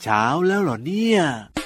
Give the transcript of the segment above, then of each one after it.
เช้าแล้วเหรอเนี่ย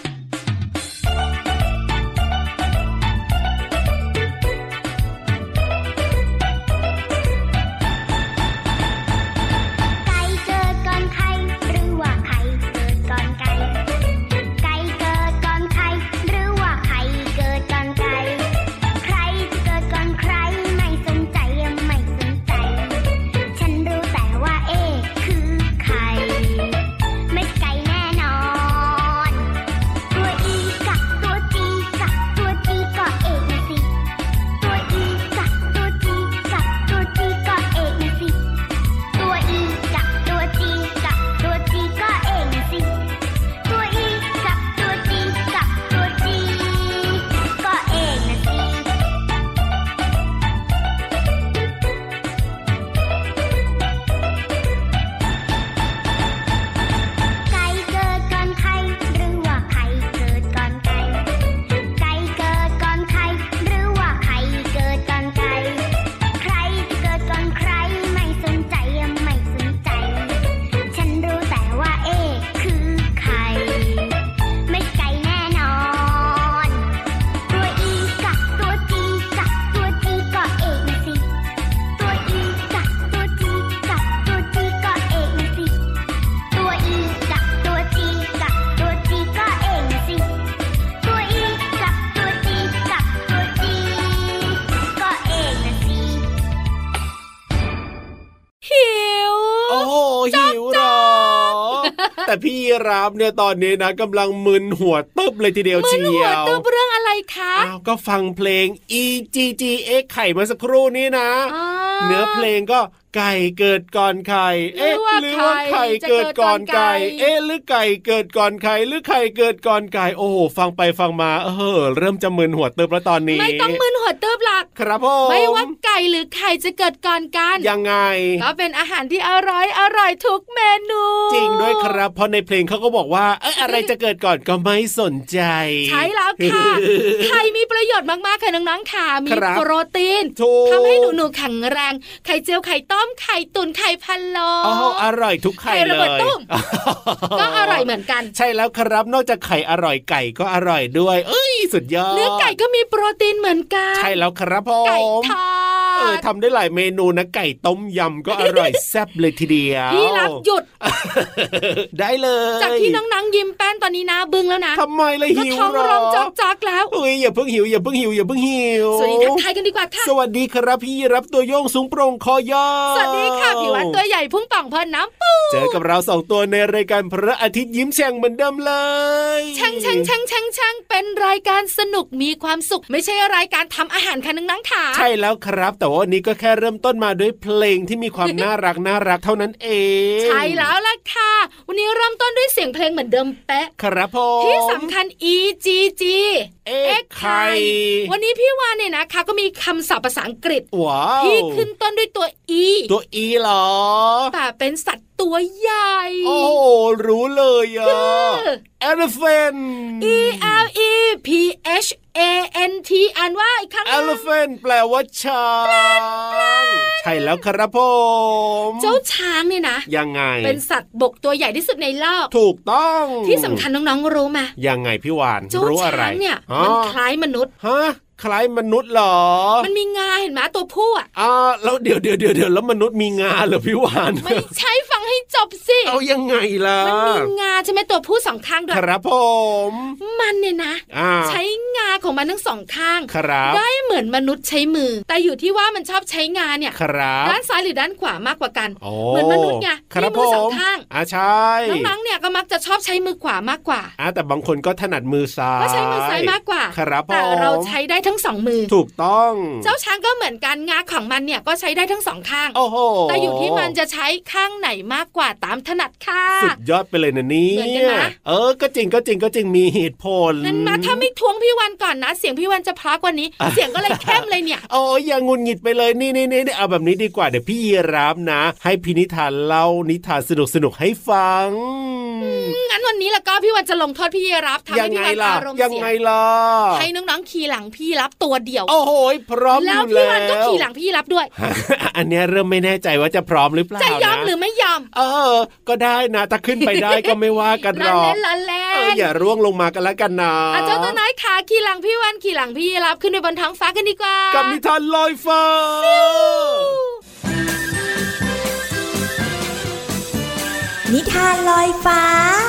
แต่พี่รับเนี่ยตอนนี้นะกำลังมึนหัวตึ๊บเลยทีเดียวเชียวมึนหัวตึ๊บเรื่องอะไรคะอ้าวก็ฟังเพลง EGGX ไข่มาสักครู่นี้นะเนื้อเพลงก็ไก่เกิดก่อนไข่หรือว่าไข่เกิดก่อนไก่หรือไก่เกิดก่อนไข่หรือไข่เกิดก่อนไก่โอ้โหฟังไปฟังมาเริ่มจะมึนหัวตึ๊บแล้วตอนนี้ไม่ต้องมึนหัวตึ๊บหรอกครับผมไม่ว่าไก่หรือไข่จะเกิดก่อนกันยังไงก็เป็นอาหารที่อร่อยทุกเมนูจริงด้วยครับเพราะในเพลงเขาก็บอกว่าอะไรจะเกิดก่อนก็ไม่สนใจใช่แล้วค่ะไข่มีประโยชน์มากๆค่ะน้องๆค่ะมีโปรตีนทำให้หนูๆแข็งแรงไข่เจียวไข่ต้มไข่ตุ๋นไข่พะโล้อร่อยทุกไข่เลยไข่ระเบิดตุ้มก็อร่อยเหมือนกันใช่แล้วครับนอกจากไข่อร่อยไก่ก็อร่อยด้วยสุดยอดเนื้อไก่ก็มีโปรตีนเหมือนกันใช่แล้วครับผมไก่ทอดทำได้หลายเมนูนะไก่ต้มยำก็อร่อยแซ่บเลยทีเดียวพี่รับหยุดได้เลยจากที่น้องๆยิ้มแป้นตอนนี้นะบึ้งแล้วนะทำไมเลยหิวก็ท้องร้องจ๊อกๆแล้วอย่าเพิ่งหิวสวัสดีทักทายกันดีกว่าค่ะสวัสดีครับพี่รับตัวโยงสูงโปร่งคอยาวสวัสดีค่ะพี่วันตัวใหญ่พุ่งป่องพอน้ำปูเจอกับเรา2ตัวในรายการพระอาทิตย์ยิ้มแฉ่งเหมือนเดิมเลยช่างเป็นรายการสนุกมีความสุขไม่ใช่รายการทำอาหารค่ะน้องๆค่ะใช่แล้วครับแต่ว่าวันนี้ก็แค่เริ่มต้นมาด้วยเพลงที่มีความน่ารักเท่านั้นเองใช่แล้วล่ะค่ะวันนี้เริ่มต้นด้วยเสียงเพลงเหมือนเดิมเป๊ะครับผมที่สำคัญ EGG ไข่วันนี้พี่วานเนี่ยนะคะก็มีคำศัพท์ภาษาอังกฤษที่ขึ้นต้นด้วยตัว E เหรอแต่เป็นสัตว์ตัวใหญ่โอ้รู้เลยอ่ะ elephant ELEPHANT อ่านว่าอีกครั้ง elephant แปลว่าช้างใช่แล้วครับผมเจ้าช้างเนี่ยนะยังไงเป็นสัตว์บกตัวใหญ่ที่สุดในโลกถูกต้องที่สำคัญน้องๆรู้ไหมยังไงพี่วานรู้อะไรเจ้าช้างเนี่ยมันคล้ายมนุษย์ฮะคล้ายมนุษย์เหรอมันมีงาเห็นไหมตัวผู้อ่ะแล้วเดี๋ยวแล้วมนุษย์มีงาเหรอพี่วานไม่ใช่ฟังให้จบสิเอายังไงล่ะมันมีงาใช่ไหมตัวผู้2ข้างด้วยครับผมมันเนี่ยนะใช้งาของมันทั้ง2ข้างได้เหมือนมนุษย์ใช้มือแต่อยู่ที่ว่ามันชอบใช้งาเนี่ยด้านซ้ายหรือด้านขวามากกว่ากันเหมือนมนุษย์ไงมีมือ2ข้างใช่น้องๆเนี่ยก็มักจะชอบใช้มือขวามากกว่าแต่บางคนก็ถนัดมือซ้ายก็ใช้มือซ้ายมากกว่าแต่เราใช้ได้ทั้ง2มือถูกต้องเจ้าช้างก็เหมือนกันงาของมันเนี่ยก็ใช้ได้ทั้ง2ข้างแต่อยู่ที่มันจะใช้ข้างไหนมากกว่าตามถนัดค่ะสุดยอดไปเลยนะนี่เหมือนกันนะก็จริงมีเหตุผลนั่นมาถ้าไม่ทวงพี่วันก่อนนะเสียงพี่วันจะเพราะกว่านี้ เสียงก็เลยเข้มเลยเนี่ยอย่างงุนหงิดไปเลยนี่เอาแบบนี้ดีกว่าเดี๋ยวพี่ยีราฟนะให้พี่นิทานเล่านิทานสนุกให้ฟังงั้นวันนี้แล้วก็พี่วันจะลงโทษพี่รับทำให้พี่วันอารมณ์เสียยังไงล่ะให้น้องๆขี่หลังพี่รับตัวเดียวโอ้โหพร้อมอยู่แล้วแล้วพี่วันก็ขี่หลังพี่รับด้วยอันนี้เริ่มไม่แน่ใจว่าจะพร้อมหรือเปล่าจะยอมหรือไม่ยอมก็ได้นะถ้าขึ้นไปได้ก็ไม่ว่ากันหรอกอย่าร่วงลงมากันแล้วกันนะเจ้าตัวน้อยขาขี่หลังพี่วันขี่หลังพี่รับขึ้นไปบนท้องฟ้ากันดีกว่ากับนิทานลอยฟ้านิทานลอยฟ้า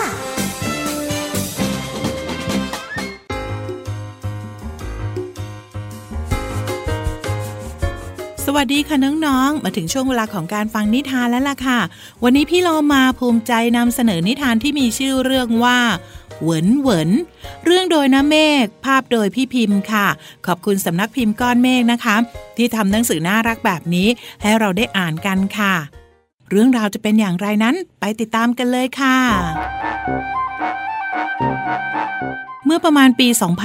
สวัสดีค่ะน้องๆมาถึงช่วงเวลาของการฟังนิทานแล้วล่ะค่ะวันนี้พี่โลมาภูมิใจนำเสนอนิทานที่มีชื่อเรื่องว่าเหวินเหวินเรื่องโดยน้าเมฆภาพโดยพี่พิมพ์ค่ะขอบคุณสำนักพิมพ์ก้อนเมฆนะคะที่ทำหนังสือน่ารักแบบนี้ให้เราได้อ่านกันค่ะเรื่องราวจะเป็นอย่างไรนั้นไปติดตามกันเลยค่ะเมื่อประมาณปี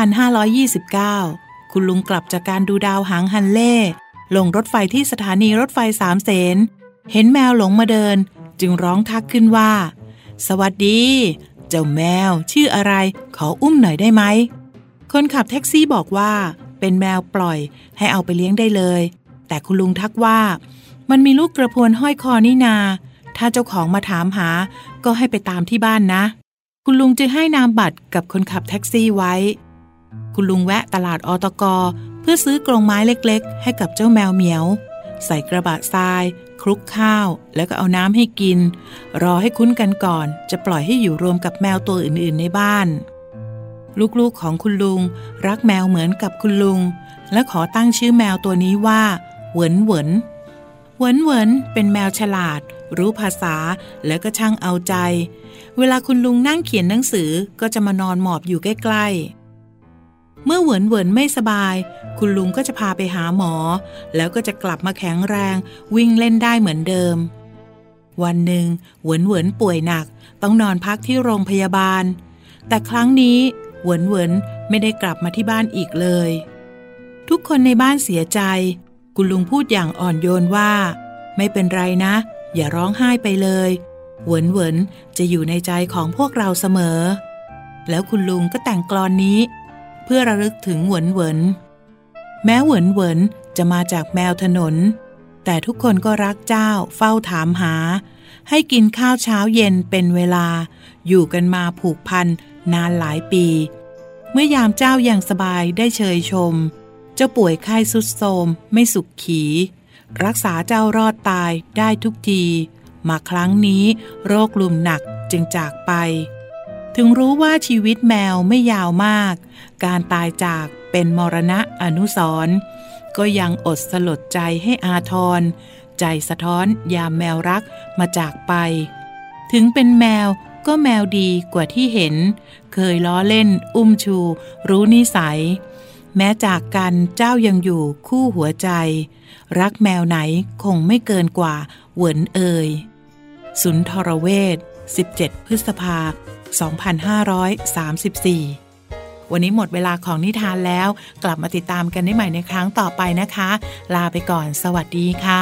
2529 คุณลุงกลับจากการดูดาวหางฮันเล่ลงรถไฟที่สถานีรถไฟสามเสนเห็นแมวหลงมาเดินจึงร้องทักขึ้นว่าสวัสดีเจ้าแมวชื่ออะไรขออุ้มหน่อยได้ไหมคนขับแท็กซี่บอกว่าเป็นแมวปล่อยให้เอาไปเลี้ยงได้เลยแต่คุณลุงทักว่ามันมีลูกกระพวนห้อยคอนี่นาถ้าเจ้าของมาถามหาก็ให้ไปตามที่บ้านนะคุณลุงจึงให้นามบัตรกับคนขับแท็กซี่ไว้คุณลุงแวะตลาดอตก.เพื่อซื้อกรงไม้เล็กๆให้กับเจ้าแมวเหมียวใส่กระบะทรายคลุกข้าวแล้วก็เอาน้ำให้กินรอให้คุ้นกันก่อนจะปล่อยให้อยู่รวมกับแมวตัวอื่นๆในบ้านลูกๆของคุณลุงรักแมวเหมือนกับคุณลุงและขอตั้งชื่อแมวตัวนี้ว่าเหวินเหวินเหวินเหวินเป็นแมวฉลาดรู้ภาษาแล้วก็ช่างเอาใจเวลาคุณลุงนั่งเขียนหนังสือก็จะมานอนหมอบอยู่ใกล้ๆเมื่อเหวินเหวินไม่สบายคุณลุงก็จะพาไปหาหมอแล้วก็จะกลับมาแข็งแรงวิ่งเล่นได้เหมือนเดิมวันหนึ่งเหวินเหวินป่วยหนักต้องนอนพักที่โรงพยาบาลแต่ครั้งนี้เหวินเหวินไม่ได้กลับมาที่บ้านอีกเลยทุกคนในบ้านเสียใจคุณลุงพูดอย่างอ่อนโยนว่าไม่เป็นไรนะอย่าร้องไห้ไปเลยเหวินเหวินจะอยู่ในใจของพวกเราเสมอแล้วคุณลุงก็แต่งกลอนนี้เพื่อระลึกถึงเหวินเหวินแม้เหวินเหวินจะมาจากแมวถนนแต่ทุกคนก็รักเจ้าเฝ้าถามหาให้กินข้าวเช้าเย็นเป็นเวลาอยู่กันมาผูกพันนานหลายปีเมื่อยามเจ้าอย่างสบายได้เชยชมเจ้าป่วยไข้ทรุดโทรมไม่สุขขีรักษาเจ้ารอดตายได้ทุกทีมาครั้งนี้โรคลุมหนักจึงจากไปถึงรู้ว่าชีวิตแมวไม่ยาวมากการตายจากเป็นมรณะอนุสรณ์ก็ยังอดสลดใจให้อาทรใจสะท้อนยามแมวรักมาจากไปถึงเป็นแมวก็แมวดีกว่าที่เห็นเคยล้อเล่นอุ้มชูรู้นิสัยแม้จากกันเจ้ายังอยู่คู่หัวใจรักแมวไหนคงไม่เกินกว่าเหวินเอ่ยสุนทรเวช17 พฤษภาคม 2534 วันนี้หมดเวลาของนิทานแล้วกลับมาติดตามกันได้ใหม่ในครั้งต่อไปนะคะลาไปก่อนสวัสดีค่ะ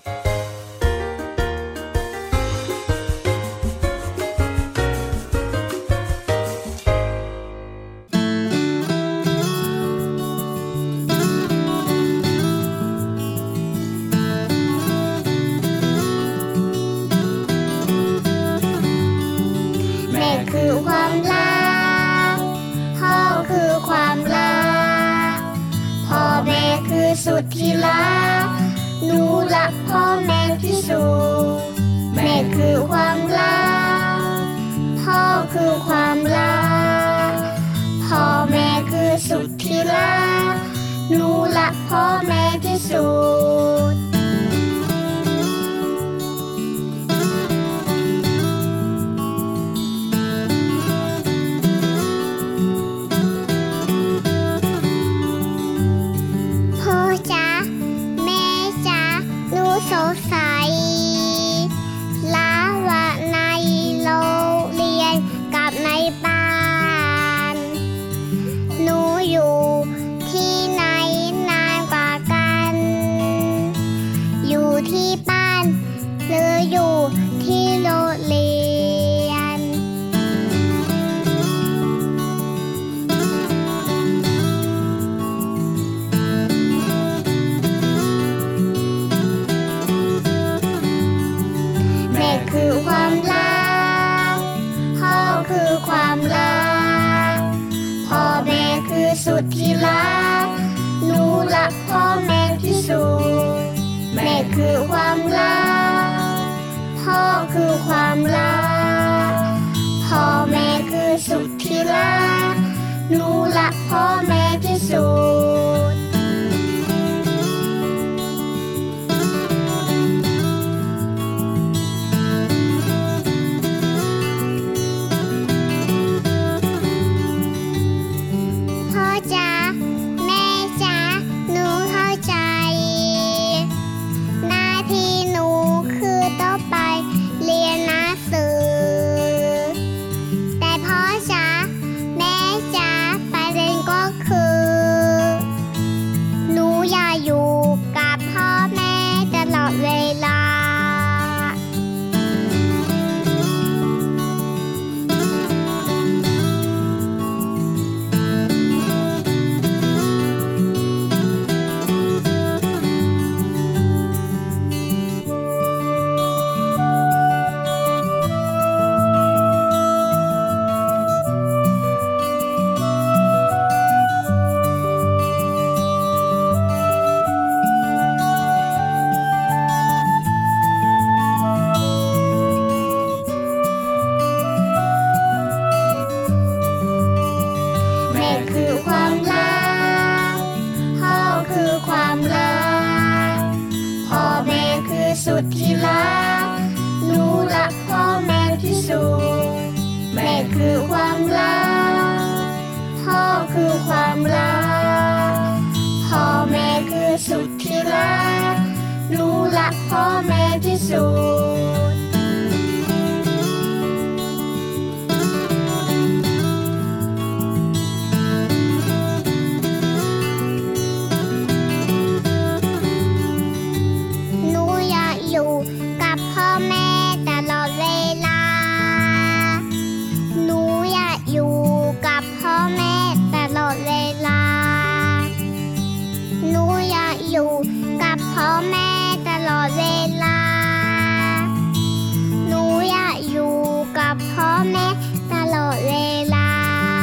สุดที่รักหนูรักพ่อแม่ที่สุดแม่คือความรักพ่อคือความรักพ่อแม่คือสุดที่รักหนูรักพ่อแม่ที่สุดสดใสล้าว่าในโรงเรียนกับในบ้านหนูอยู่ที่ไหนนานกว่ากันกพ่อแม่ที่สุดแม่คือความรักพ่อคือความรักพ่อแม่คือสุดที่รักหนูรักพ่อแม่ที่สุดพ่อจ๋าแม่จ๋าหนูเข้าใจหน้าที่หนูคือต้องไปเรียนหนังสือแต่พ่อจ๋าแม่จ๋าประเด็นก็คือหนูอยากอยู่กับพ่อแม่ตลอดเวลาสุดที่รักหนูรักพ่อแม่ที่สุดแม่คือความรักพ่อคือความรักพ่อแม่คือสุดที่รักหนูรักพ่อแม่ที่สุดอยู่กับพ่อแม่ตลอดเวลาหนูอยากอยู่กับพ่อแม่ตลอดเวลาหนูอยากอยู่กับพ่อแม่ตลอดเวลาหนูอยากอยู่กับพ่อแม่ตลอดเวลา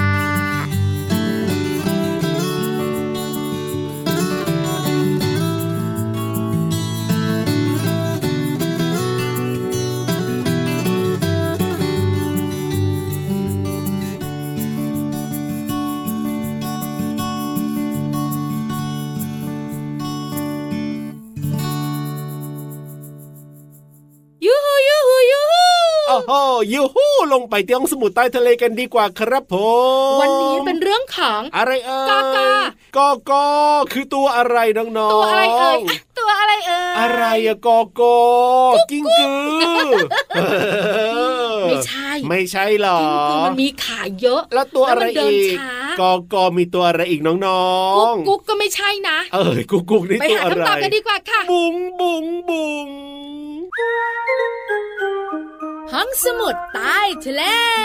โอ้โหยูฮูลงไปที่ห้องสมุดใต้ทะเลกันดีกว่าครับผมวันนี้เป็นเรื่องของอะไรกอกอคือตัวอะไรน้องๆตัวอะไรเอ่ยตัวอะไรเอ่ยอะไรอะกอกอกิ้งกือไม่ใช่หรอกิ้งกือมันมีขาเยอะแล้วตัวอะไรอีกกอกอมีตัวอะไรอีกน้องๆกุ๊กก็ไม่ใช่นะกุ๊กนี่ตัวอะไรไปหาคำตอบกันดีกว่าค่ะบุ๋งห้องสมุดใต้ทะเล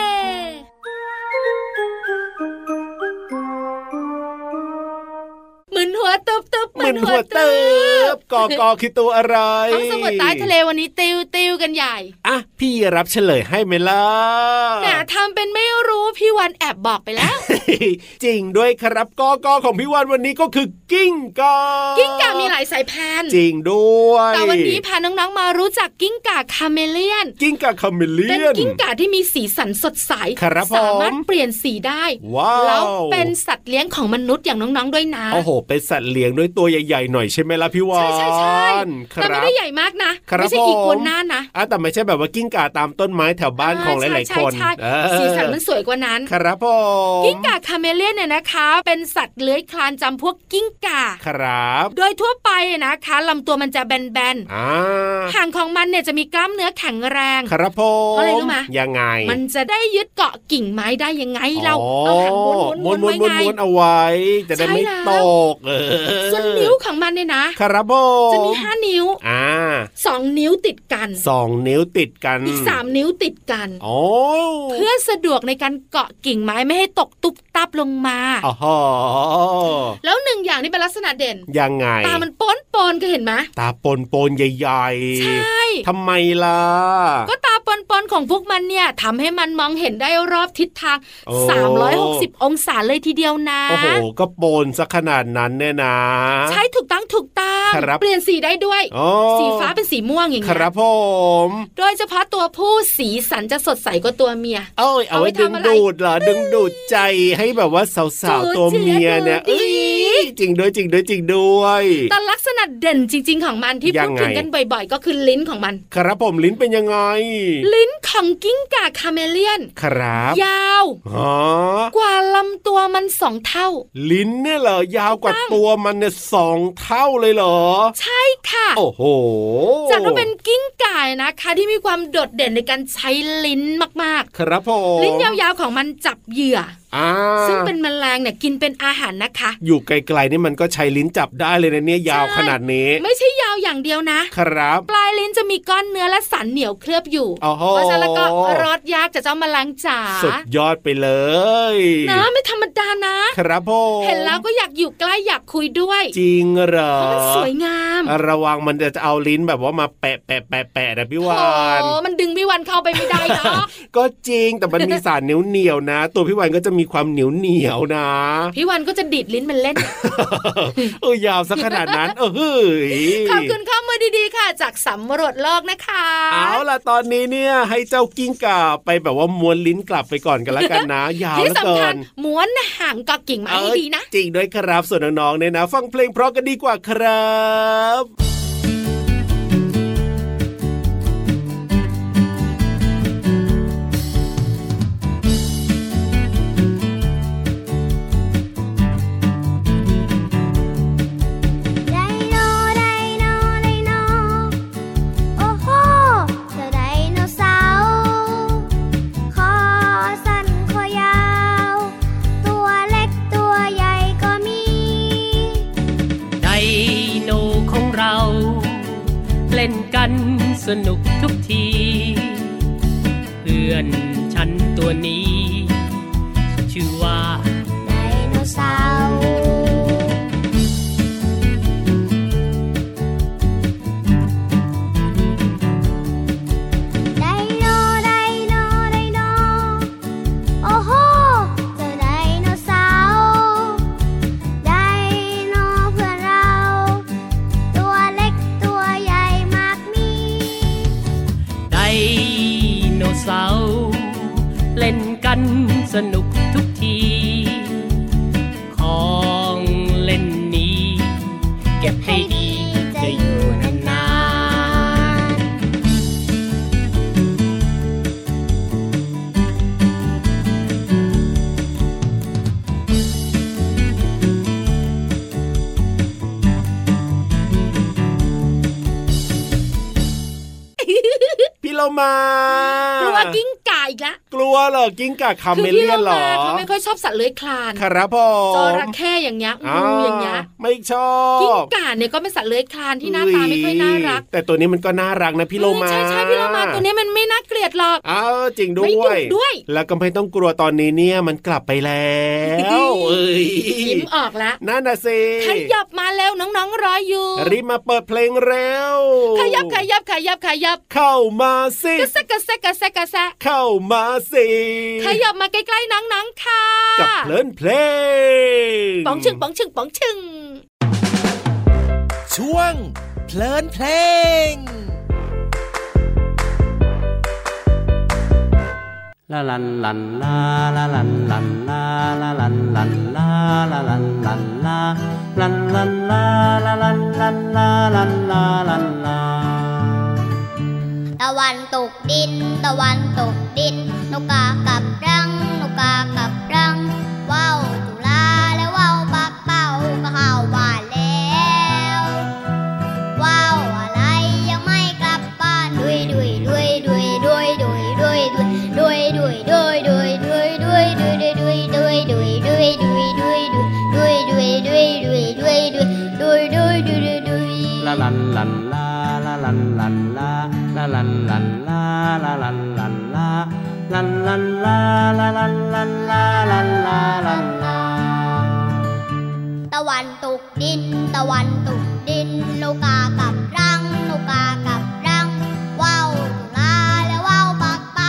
เหมือนหัวตึบเหมือนหัวตึบกอคือตัวอะไรห้องสมุดใต้ทะเลวันนี้ติวกันใหญ่อ่ะพี่รับเฉลยให้ไหมล่ะแหมทำเป็นไม่รู้พี่วันแอบบอกไปแล้วจริงด้วยครับกอของพี่วันวันนี้ก็คือกิ้งก่ามีหลายสายพันธุ์จริงด้วยแต่วันนี้พาน้องๆมารู้จักกิ้งก่าคาเมเลียนเป็นกิ้งก่าที่มีสีสันสดใสสามารถเปลี่ยนสีได้แล้วเป็นสัตว์เลี้ยงของมนุษย์อย่างน้องๆด้วยนะโอ้โหเป็นสัตว์เลี้ยงด้วยตัวใหญ่ๆหน่อยใช่ไหมล่ะพี่วานใช่แต่ไม่ได้ใหญ่มากนะไม่ใช่อีกัวน่านะแต่ไม่ใช่แบบว่ากิ้งก่าตามต้นไม้แถวบ้านของหลายๆคนสีสันมันสวยกว่านั้นครับผมกิ้งก่าคาเมเลียนเนี่ยนะคะเป็นสัตว์เลื้อยคลานจำพวกกิ้งก่าครับโดยทั่วไปนะคะลำตัวมันจะแบนๆหางของมันเนี่ยจะมีกล้ามเนื้อแข็งแรงครับผมเพราะอะไรรู้ไหมยังไงมันจะได้ยึดเกาะกิ่งไม้ได้ยังไงเราเอาหางม้วนเอาไว้จะได้ไม่ตกส่วนนิ้วของมันเนี่ยนะครับจะมี5นิ้ว2นิ้วติดกัน 2นิ้วติดกันอีก3นิ้วติดกันเพื่อสะดวกในการเกาะกิ่งไม้ไม่ให้ตกตุ๊บตับลงมาแล้วหนึ่งอย่างที่เป็นลักษณะเด่นยังไงตามันปนเคยเห็นไหมตาปนใหญ่ๆใช่ทำไมล่ะก็ตาปนของพวกมันเนี่ยทำให้มันมองเห็นได้รอบทิศทาง360องศาเลยทีเดียวนะโอ้โหก็โปนซะขนาดนั้นเนี่ยนะใช่ถูกต้องเปลี่ยนสีได้ด้วยสีฟ้าเป็นสีม่วงอย่างเงี้ยครับผมโดยเฉพาะตัวผู้สีสันจะสดใสกว่าตัวเมียเอาไว้ดึงดูดเหรอดึงดูดใจให้แบบว่าสาวๆตัวเมียเนี่ยจริงด้วยแต่ลักษณะเด่นจริงๆของมันที่พูดถึงกันบ่อยๆก็คือลิ้นของมันครับผมลิ้นเป็นยังไงลิ้นของกิ้งก่าคาเมเลียนครับยาวกว่าลำตัวมัน2 เท่าลิ้นเนี่ยเหรอยาวกว่าตัวมันเนี่ย2 เท่าเลยเหรอใช่ค่ะโอ้โหจัดว่าเป็นกิ้งก่านะคะที่มีความโดดเด่นในการใช้ลิ้นมากๆครับผมลิ้นยาวๆของมันจับเหยื่อซึ่งเป็นแมลงเนี่ยกินเป็นอาหารนะคะอยู่ไกลๆนี่มันก็ใช้ลิ้นจับได้เลยนะเนี่ยยาวขนาดนี้ไม่ใช่ยาวอย่างเดียวนะครับปลายลิ้นจะมีก้อนเนื้อและสันเหนียวเคลือบอยู่เพราะฉะนั้นแล้วก็รสยากจะเจ้าแมลงจ๋าสุดยอดไปเลยนะไม่ธรรมดานะครับผมเห็นแล้วก็อยากอยู่ใกล้อยากคุยด้วยจริงเหรอเพราะมันสวยงามระวังมันจะเอาลิ้นแบบว่ามาแปะนะพี่วานมันดึงพี่วานเข้าไปไม่ได้เนาะก็จริงแต่มันมีสารเหนียวนะตัวพี่วานก็จะมีความเหนียวนะพี่วันก็จะดีดลิ้นมันเล่นยาวสักขนาดนั้นขอบคุณข้อมูลดีๆค่ะจากสำรวจโลกนะคะเอาล่ะตอนนี้เนี่ยให้เจ้ากิ้งก่าไปแบบว่าม้วนลิ้นกลับไปก่อนกันแล้วกันนะยาวเหลือเกินม้วนหางกอกิ่งมาให้ดีนะจริงด้วยครับส่วนน้องๆเนี่ยนะฟังเพลงเพราะกันดีกว่าครับสนุกทุกทีเพื่อนฉันตัวนี้ชื่อว่าไดโนเสาร์โอ้โหเจ้าไดโนเสาร์ไดโนเพื่อนเราตัวเล็กตัวใหญ่มากมีไดโนเสาร์เล่นกันสนุกทุกทีของเล่นนี้เก็บให้ดีจะอยู่นานพี่เรามากลัวกิ้งก่าอีกละกลัวเหรอกิ้งก่าคาเมเลียนเหรอเขาไม่ค่อยชอบสัตว์เลื้อยคลานครับผมจระเข้อย่างเงี้ยอย่างเงี้ยไม่ชอบกิ้งก่าเนี่ยก็เป็นสัตว์เลื้อยคลานที่หน้าตาไม่ค่อยน่ารักแต่ตัวนี้มันก็น่ารักนะพี่โลมาใช่พี่โลมาตัวนี้มันไม่น่าเกลียดหรอกจริงด้วยแล้วก็ไม่ต้องกลัวตอนนี้เนี่ยมันกลับไปแล้วยิ้มออกแล้วนั่นน่ะสิขยับมาแล้วน้องๆรออยู่รีบมาเปิดเพลงเร็วขยับเข้ามาสิกระแซกเข้ามาสิขยับมาใกล้ๆน้องๆค่ะกับเพลินเพลงป๋องชึงช่วงเพลินเพลงลาลันลันลาลาลันลันลาลาลันลันลาลาลันลันลาลันลันลาลาลันลันลาลันลาลันลาตะวันตกดินนกกากับรังว่าวจุฬาและว่าวปักเป่าก็เข้าบ้านแล้วว่าวอะไรยังไม่กลับบ้านด้วยลาลันลันลาลาลันลันลาลาลันลันลาลาลันลันลาลันลันลาลาลันลันลาลันลาลันลาตะวันตกดินนกกากับรังว่าวจุฬาและว่าวปักเป่า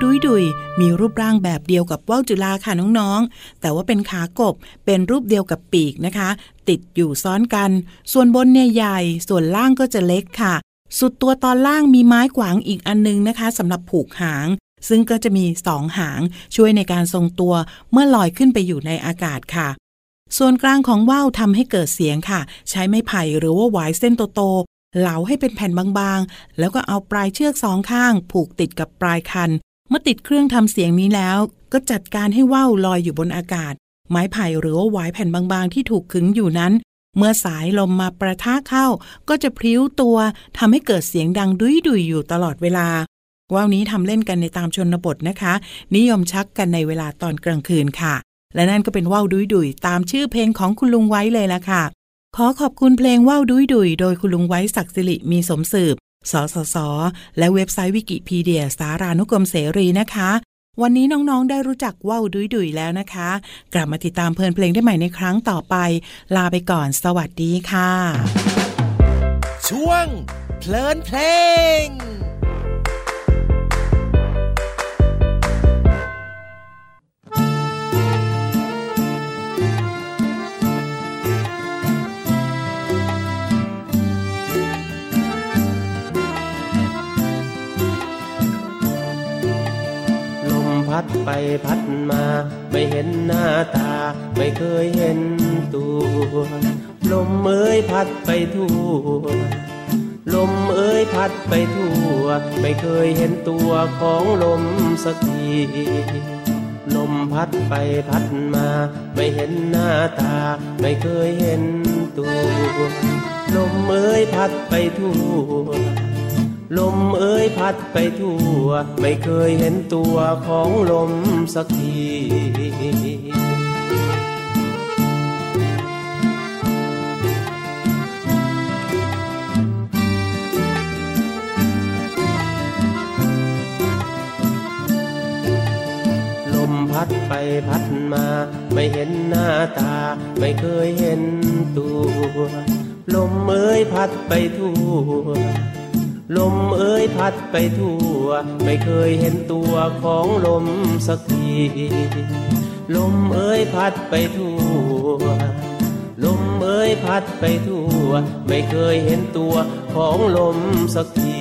ดุยดุยมีรูปร่างแบบเดียวกับว่าวจุฬาค่ะน้องๆแต่ว่าเป็นขากบเป็นรูปเดียวกับปีกนะคะติดอยู่ซ้อนกันส่วนบนเนี่ยใหญ่ส่วนล่างก็จะเล็กค่ะสุดตัวตอนล่างมีไม้ขวางอีกอันนึงนะคะสำหรับผูกหางซึ่งก็จะมี2หางช่วยในการทรงตัวเมื่อลอยขึ้นไปอยู่ในอากาศค่ะส่วนกลางของว่าวทำให้เกิดเสียงค่ะใช้ไม้ไผ่หรือว่าหวายเส้นโตๆเหลาให้เป็นแผ่นบางๆแล้วก็เอาปลายเชือก2ข้างผูกติดกับปลายคันเมื่อติดเครื่องทำเสียงนี้แล้วก็จัดการให้ว่าวลอยอยู่บนอากาศไม้ไผ่หรือว่าหวายแผ่นบางๆที่ถูกขึงอยู่นั้นเมื่อสายลมมาประทะเข้าก็จะพลิ้วตัวทำให้เกิดเสียงดังดุยๆอยู่ตลอดเวลาว่าวนี้ทำเล่นกันในตามชนบทนะคะนิยมชักกันในเวลาตอนกลางคืนค่ะและนั่นก็เป็นว่าวดุยๆตามชื่อเพลงของคุณลุงไว้เลยล่ะค่ะขอขอบคุณเพลงว่าวดุยๆโดยคุณลุงไว้ศักดิ์สิริมีสมสืบสสส.และเว็บไซต์วิกิพีเดียสารานุกรมเสรีนะคะวันนี้น้องๆได้รู้จักว่าวดุยๆแล้วนะคะกลับมาติดตามเพลินเพลงได้ใหม่ในครั้งต่อไปลาไปก่อนสวัสดีค่ะช่วงเพลินเพลงพัดไปพัดมาไม่เห็นหน้าตาไม่เคยเห็นตัวลมเอ้ยพัดไปทั่วลมเอ้ยพัดไปทั่วไม่เคยเห็นตัวของลมสักทีลมพัดไปพัดมาไม่เห็นหน้าตาไม่เคยเห็นตัวลมเอ้ยพัดไปทั่วลมเอ้ยพัดไปทั่วไม่เคยเห็นตัวของลมสักทีลมพัดไปพัดมาไม่เห็นหน้าตาไม่เคยเห็นตัวลมเอ้ยพัดไปทั่วลมเอ้ยพัดไปทั่วไม่เคยเห็นตัวของลมสักทีลมเอ้ยพัดไปทั่วลมเอ้ยพัดไปทั่วไม่เคยเห็นตัวของลมสักที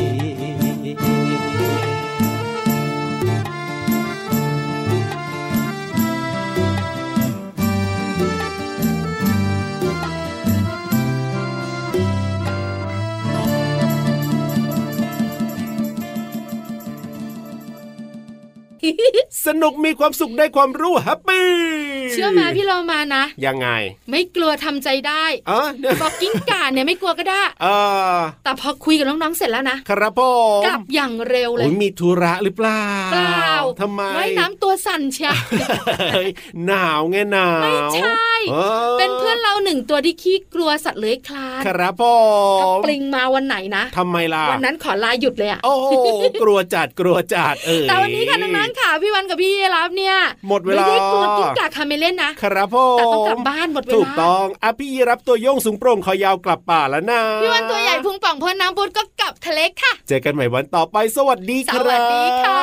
สนุกมีความสุขได้ความรู้แฮปปี้เชื่อไหมพี่เรามานะยังไงไม่กลัวทำใจได้บอกกิ้งก่าเนี่ยไม่กลัวก็ได้แต่พอคุยกับน้องๆเสร็จแล้วนะครับผมกลับอย่างเร็วเลยมีธุระหรือเปล่าเปล่าทำไมว่ายน้ำตัวสั่นเชียหนาวไงหนาวไม่ใช่เป็นเพื่อนเราหนึ่งตัวที่ขี้กลัวสัตว์เลื้อยคลานครับผมถ้าปลิงมาวันไหนนะทำไมล่ะวันนั้นขอลาหยุดเลยอ่ะโอ้กลัวจัดแต่วันนี้ค่ะน้องๆค่ะพี่วันกับพี่รับเนี่ยหมดเวลาไม่ได้กลัวกิ้งก่าคาเมเล่นนะครับผมแต่ต้องกลับบ้านหมดเวลาถูกต้องพี่รับตัวโยงสูงโปร่งคอยาวกลับป่าแล้วนะพี่วันตัวใหญ่พุงป่องพ่นน้ำพุดก็กลับทะเลค่ะเจอกันใหม่วันต่อไปสวัสดีครับสวัสดีค่ะ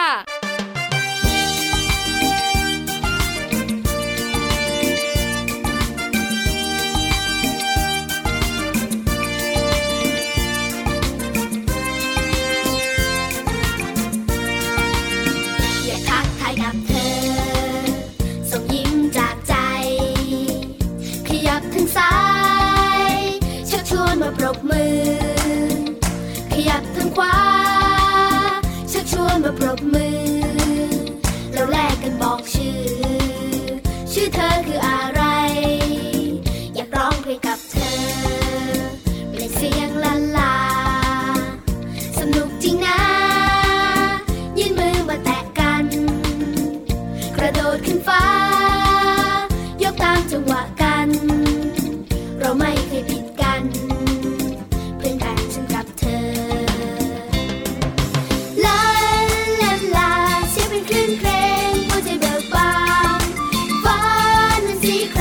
ปรบมือขยับทางขวาชักชวนมาปรบมือเราแลกกันบอกชื่อเธอคืออะไรอยากร้องเพลงกับเธอเป็นเสียงลาลาสนุกจริงนะยื่นมือมาแตะกันกระโดดขึ้นฟ้ายกตามจังหวะกันเราไม่เคยผิดกันเพลงหัวใจเบิกบานฟ้านั้นสีค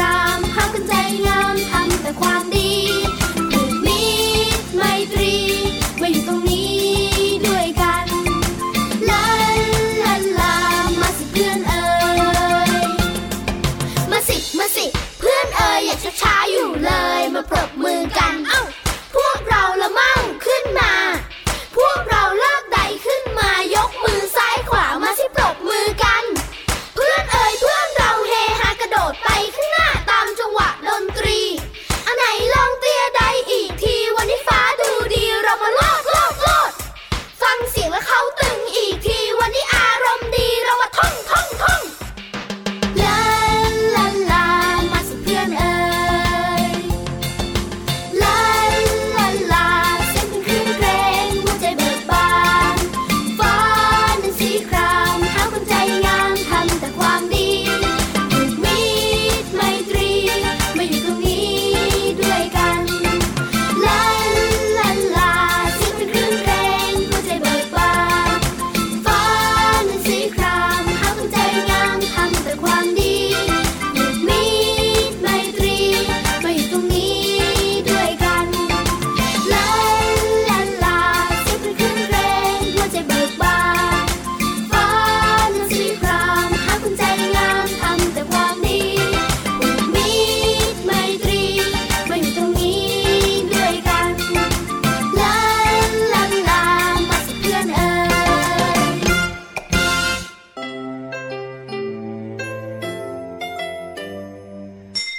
สิเพื่อนเอ๋ยอย่าช้าๆอยู่เลยมาปรบมือกันเอ้าพวกเราละมั่งขึ้นมาพวกเราเลิกใดขึ้นมายกมือซ้ายขวามาสิปรบมือกันเพื่อนเอ๋ยเพื่อนเราเฮฮากระโดดไปข้างหน้าตามจังหวะดนตรีอันไหนลองเตี้ยใดอีกทีวันนี้ฟ้าดูดีเรามาโลดฟังเสียงแล้วเขาตึงอีกทีวันนี้อารมณ์ดีเรามาท่องลาลาลามาสิเพื่อนเอ๋ยลาลาลาเสียงเป็นคลื่นเพลงหัวใจเบิกบานฟ้านั้นสีครามหาคนใจงามทำแต่ความดีผูกมิตรไมตรีมาอยู่ตรงนี้ด้วยกันลาลาลาเสียงเป็นคลื่นเพลงหัวใจเบิกบานฟ้านั้นสีครามหาคนใจงามทำแต่ความดีผูกมิตรไมตรีมาอยู่ตรงนี้ด้วยกันลาลาลาเสียงเป็นคลื่นเพลงหัวใจเบิกบานฟ้านั้นสีครามหาคนใจงามทำแต่ความดีผูกมิตรไมตรีมาอยู่ตรงนี้ด้วยกันลาลาลามาสิเพื่อนเอ๋ย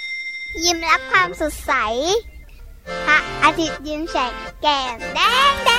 ยิ้มรับความสดใสพระอาทิตย์ยิ้มแฉกแก้มแดง